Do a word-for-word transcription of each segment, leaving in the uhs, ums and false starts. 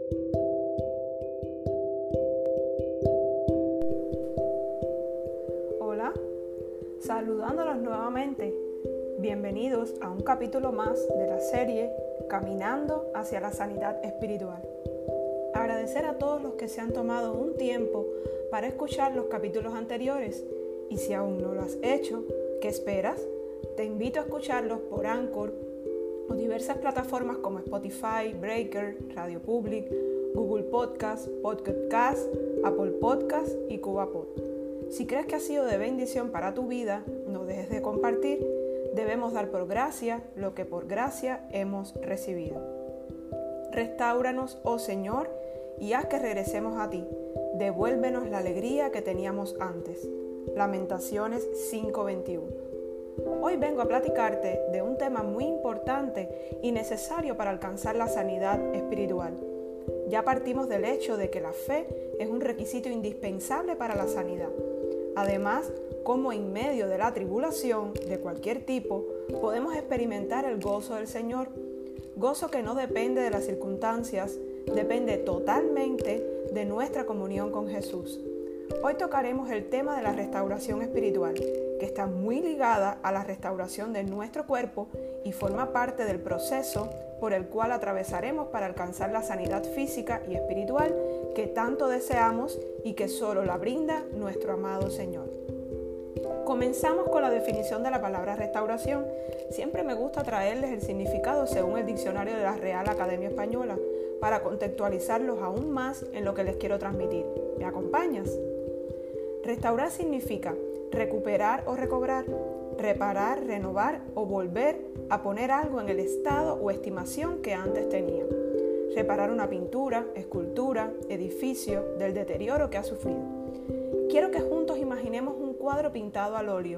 Hola, saludándolos nuevamente. Bienvenidos a un capítulo más de la serie Caminando hacia la sanidad espiritual. Agradecer a todos los que se han tomado un tiempo para escuchar los capítulos anteriores y si aún no lo has hecho, ¿qué esperas? Te invito a escucharlos por Anchor o diversas plataformas como Spotify, Breaker, Radio Public, Google Podcast, Pocket Cast, Apple Podcast y CubaPod. Si crees que ha sido de bendición para tu vida, no dejes de compartir. Debemos dar por gracia lo que por gracia hemos recibido. Restáuranos, oh Señor, y haz que regresemos a ti. Devuélvenos la alegría que teníamos antes. Lamentaciones cinco veintiuno. Hoy vengo a platicarte de un tema muy importante y necesario para alcanzar la sanidad espiritual. Ya partimos del hecho de que la fe es un requisito indispensable para la sanidad. Además, como en medio de la tribulación de cualquier tipo, podemos experimentar el gozo del Señor. Gozo que no depende de las circunstancias, depende totalmente de nuestra comunión con Jesús. Hoy tocaremos el tema de la restauración espiritual, que está muy ligada a la restauración de nuestro cuerpo y forma parte del proceso por el cual atravesaremos para alcanzar la sanidad física y espiritual que tanto deseamos y que solo la brinda nuestro amado Señor. Comenzamos con la definición de la palabra restauración. Siempre me gusta traerles el significado según el diccionario de la Real Academia Española para contextualizarlos aún más en lo que les quiero transmitir. ¿Me acompañas? Restaurar significa recuperar o recobrar, reparar, renovar o volver a poner algo en el estado o estimación que antes tenía. Reparar una pintura, escultura, edificio del deterioro que ha sufrido. Quiero que juntos imaginemos un cuadro pintado al óleo.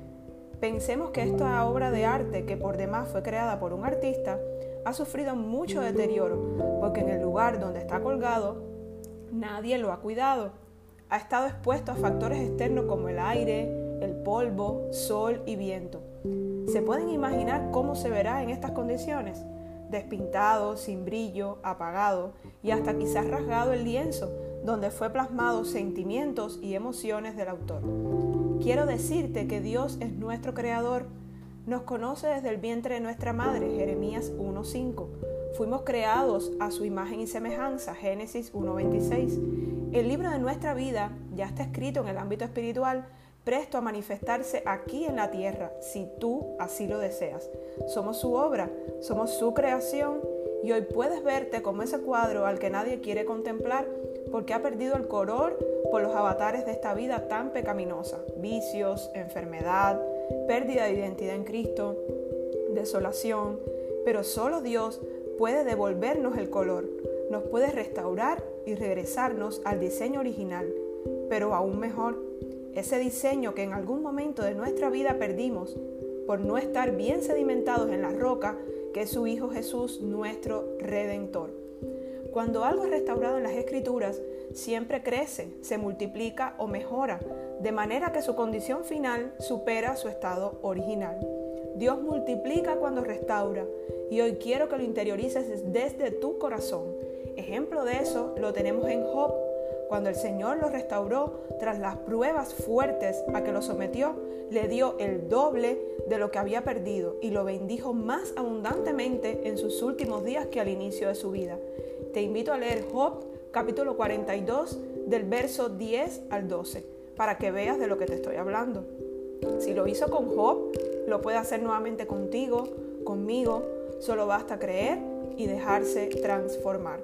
Pensemos que esta obra de arte, que por demás fue creada por un artista, ha sufrido mucho deterioro, porque en el lugar donde está colgado, nadie lo ha cuidado. Ha estado expuesto a factores externos como el aire, el polvo, sol y viento. ¿Se pueden imaginar cómo se verá en estas condiciones? Despintado, sin brillo, apagado y hasta quizás rasgado el lienzo donde fue plasmado sentimientos y emociones del autor. Quiero decirte que Dios es nuestro creador. Nos conoce desde el vientre de nuestra madre, Jeremías uno cinco. Fuimos creados a su imagen y semejanza, Génesis uno veintiséis. El libro de nuestra vida ya está escrito en el ámbito espiritual, presto a manifestarse aquí en la tierra, si tú así lo deseas. Somos su obra, somos su creación y hoy puedes verte como ese cuadro al que nadie quiere contemplar porque ha perdido el color por los avatares de esta vida tan pecaminosa. Vicios, enfermedad, pérdida de identidad en Cristo, desolación, pero solo Dios puede devolvernos el color, nos puede restaurar y regresarnos al diseño original, pero aún mejor, ese diseño que en algún momento de nuestra vida perdimos por no estar bien sedimentados en la roca que es su Hijo Jesús, nuestro Redentor. Cuando algo es restaurado en las Escrituras, siempre crece, se multiplica o mejora, de manera que su condición final supera su estado original. Dios multiplica cuando restaura y hoy quiero que lo interiorices desde tu corazón. Ejemplo de eso lo tenemos en Job. Cuando el Señor lo restauró tras las pruebas fuertes a que lo sometió, le dio el doble de lo que había perdido y lo bendijo más abundantemente en sus últimos días que al inicio de su vida. Te invito a leer Job capítulo cuarenta y dos del verso diez al doce para que veas de lo que te estoy hablando. Si lo hizo con Job, lo puede hacer nuevamente contigo, conmigo. Solo basta creer y dejarse transformar.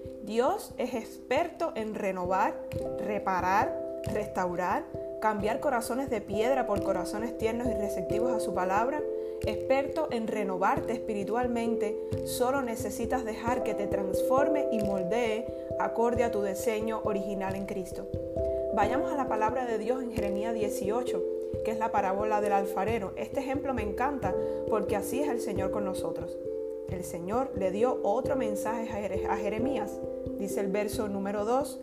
Dios es experto en renovar, reparar, restaurar, cambiar corazones de piedra por corazones tiernos y receptivos a su palabra. Experto en renovarte espiritualmente, solo necesitas dejar que te transforme y moldee acorde a tu diseño original en Cristo. Vayamos a la palabra de Dios en Jeremías dieciocho, que es la parábola del alfarero. Este ejemplo me encanta porque así es el Señor con nosotros. El Señor le dio otro mensaje a Jeremías. Dice el verso número dos,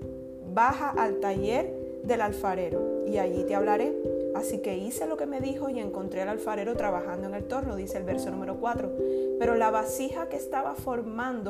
baja al taller del alfarero y allí te hablaré. Así que hice lo que me dijo y encontré al alfarero trabajando en el torno, dice el verso número cuatro. Pero la vasija que estaba formando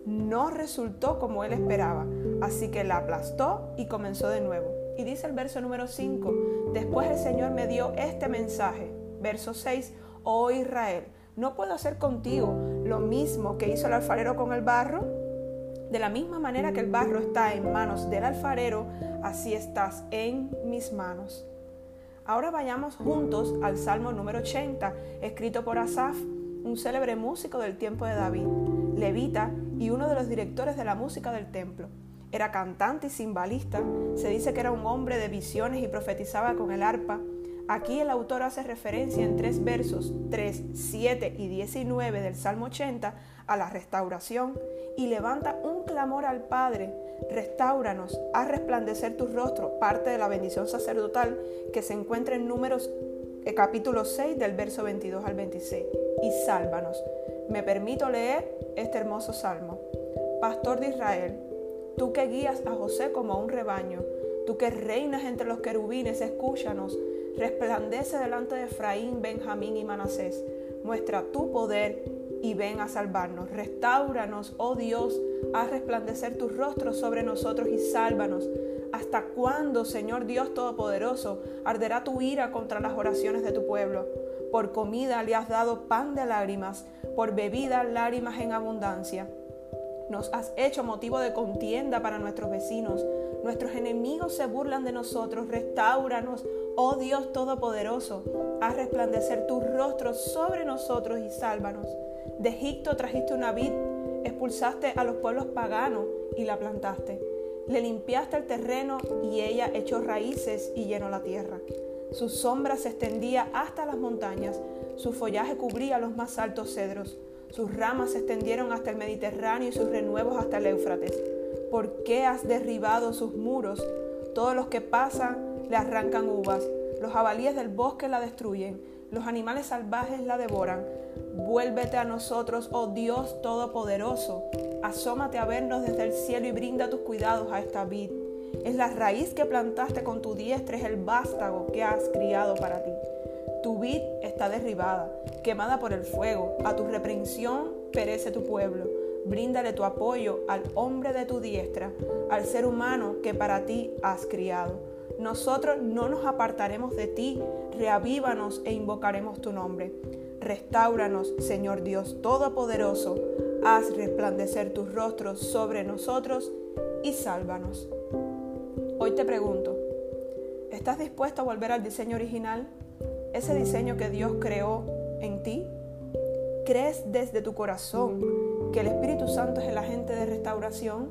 no resultó como él esperaba, así que la aplastó y comenzó de nuevo. Y dice el verso número cinco, después el Señor me dio este mensaje. Verso seis, oh Israel, ¿no puedo hacer contigo lo mismo que hizo el alfarero con el barro? De la misma manera que el barro está en manos del alfarero, así estás en mis manos. Ahora vayamos juntos al Salmo número ochenta, escrito por Asaf, un célebre músico del tiempo de David, levita y uno de los directores de la música del templo. Era cantante y cimbalista, se dice que era un hombre de visiones y profetizaba con el arpa. Aquí el autor hace referencia en tres versos, tres, siete y diecinueve del Salmo ochenta, a la restauración y levanta un clamor al Padre: restáuranos, haz resplandecer tu rostro, parte de la bendición sacerdotal que se encuentra en Números eh, capítulo seis del verso veintidós al veintiséis, y sálvanos. Me permito leer este hermoso salmo. Pastor de Israel, tú que guías a José como a un rebaño, tú que reinas entre los querubines, escúchanos. Resplandece delante de Efraín, Benjamín y Manasés. Muestra tu poder y ven a salvarnos. Restáuranos, oh Dios, haz resplandecer tu rostro sobre nosotros y sálvanos. ¿Hasta cuándo, Señor Dios Todopoderoso, arderá tu ira contra las oraciones de tu pueblo? Por comida le has dado pan de lágrimas, por bebida lágrimas en abundancia. Nos has hecho motivo de contienda para nuestros vecinos. Nuestros enemigos se burlan de nosotros. Restáuranos, oh Dios Todopoderoso. Haz resplandecer tu rostro sobre nosotros y sálvanos. De Egipto trajiste una vid, expulsaste a los pueblos paganos y la plantaste. Le limpiaste el terreno y ella echó raíces y llenó la tierra. Su sombra se extendía hasta las montañas, su follaje cubría los más altos cedros. Sus ramas se extendieron hasta el Mediterráneo y sus renuevos hasta el Éufrates. ¿Por qué has derribado sus muros? Todos los que pasan le arrancan uvas. Los jabalíes del bosque la destruyen. Los animales salvajes la devoran. Vuélvete a nosotros, oh Dios Todopoderoso. Asómate a vernos desde el cielo y brinda tus cuidados a esta vid. Es la raíz que plantaste con tu diestra, es el vástago que has criado para ti. Tu vid está derribada, quemada por el fuego. A tu reprensión perece tu pueblo. Bríndale tu apoyo al hombre de tu diestra, al ser humano que para ti has criado. Nosotros no nos apartaremos de ti, reavívanos e invocaremos tu nombre. Restáuranos, Señor Dios Todopoderoso, haz resplandecer tus rostros sobre nosotros y sálvanos. Hoy te pregunto, ¿estás dispuesto a volver al diseño original? Ese diseño que Dios creó en ti. ¿Crees desde tu corazón que el Espíritu Santo es el agente de restauración?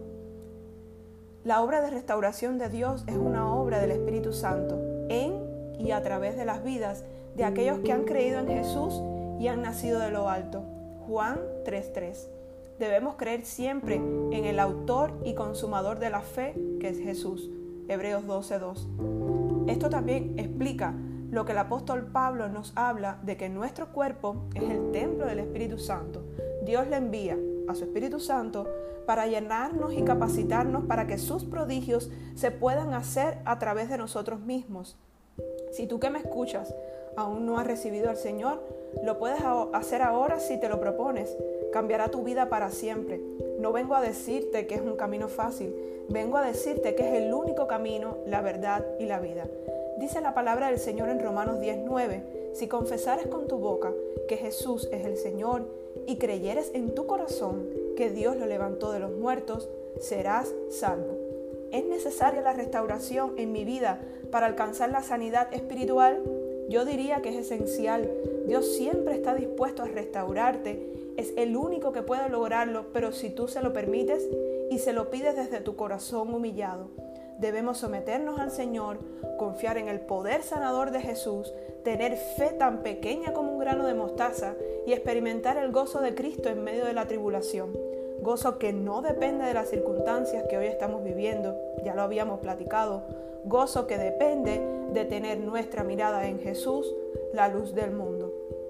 La obra de restauración de Dios es una obra del Espíritu Santo en y a través de las vidas de aquellos que han creído en Jesús y han nacido de lo alto. Juan tres tres. Debemos creer siempre en el autor y consumador de la fe, que es Jesús. Hebreos doce dos. Esto también explica lo que el apóstol Pablo nos habla de que nuestro cuerpo es el templo del Espíritu Santo. Dios le envía a su Espíritu Santo para llenarnos y capacitarnos para que sus prodigios se puedan hacer a través de nosotros mismos. Si tú que me escuchas aún no has recibido al Señor, lo puedes hacer ahora si te lo propones. Cambiará tu vida para siempre. No vengo a decirte que es un camino fácil, vengo a decirte que es el único camino, la verdad y la vida. Dice la palabra del Señor en Romanos diez nueve, si confesares con tu boca que Jesús es el Señor y creyeres en tu corazón que Dios lo levantó de los muertos, serás salvo. ¿Es necesaria la restauración en mi vida para alcanzar la sanidad espiritual? Yo diría que es esencial. Dios siempre está dispuesto a restaurarte. Es el único que puede lograrlo, pero si tú se lo permites y se lo pides desde tu corazón humillado. Debemos someternos al Señor, confiar en el poder sanador de Jesús, tener fe tan pequeña como un grano de mostaza y experimentar el gozo de Cristo en medio de la tribulación. Gozo que no depende de las circunstancias que hoy estamos viviendo, ya lo habíamos platicado. Gozo que depende de tener nuestra mirada en Jesús, la luz del mundo.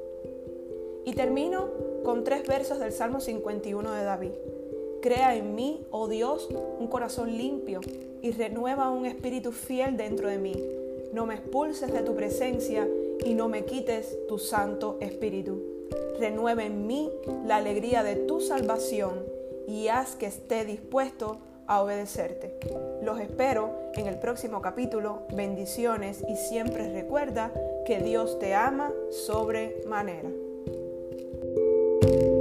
Y termino con tres versos del Salmo cincuenta y uno de David. Crea en mí, oh Dios, un corazón limpio y renueva un espíritu fiel dentro de mí. No me expulses de tu presencia y no me quites tu Santo Espíritu. Renueva en mí la alegría de tu salvación y haz que esté dispuesto a obedecerte. Los espero en el próximo capítulo. Bendiciones y siempre recuerda que Dios te ama sobremanera.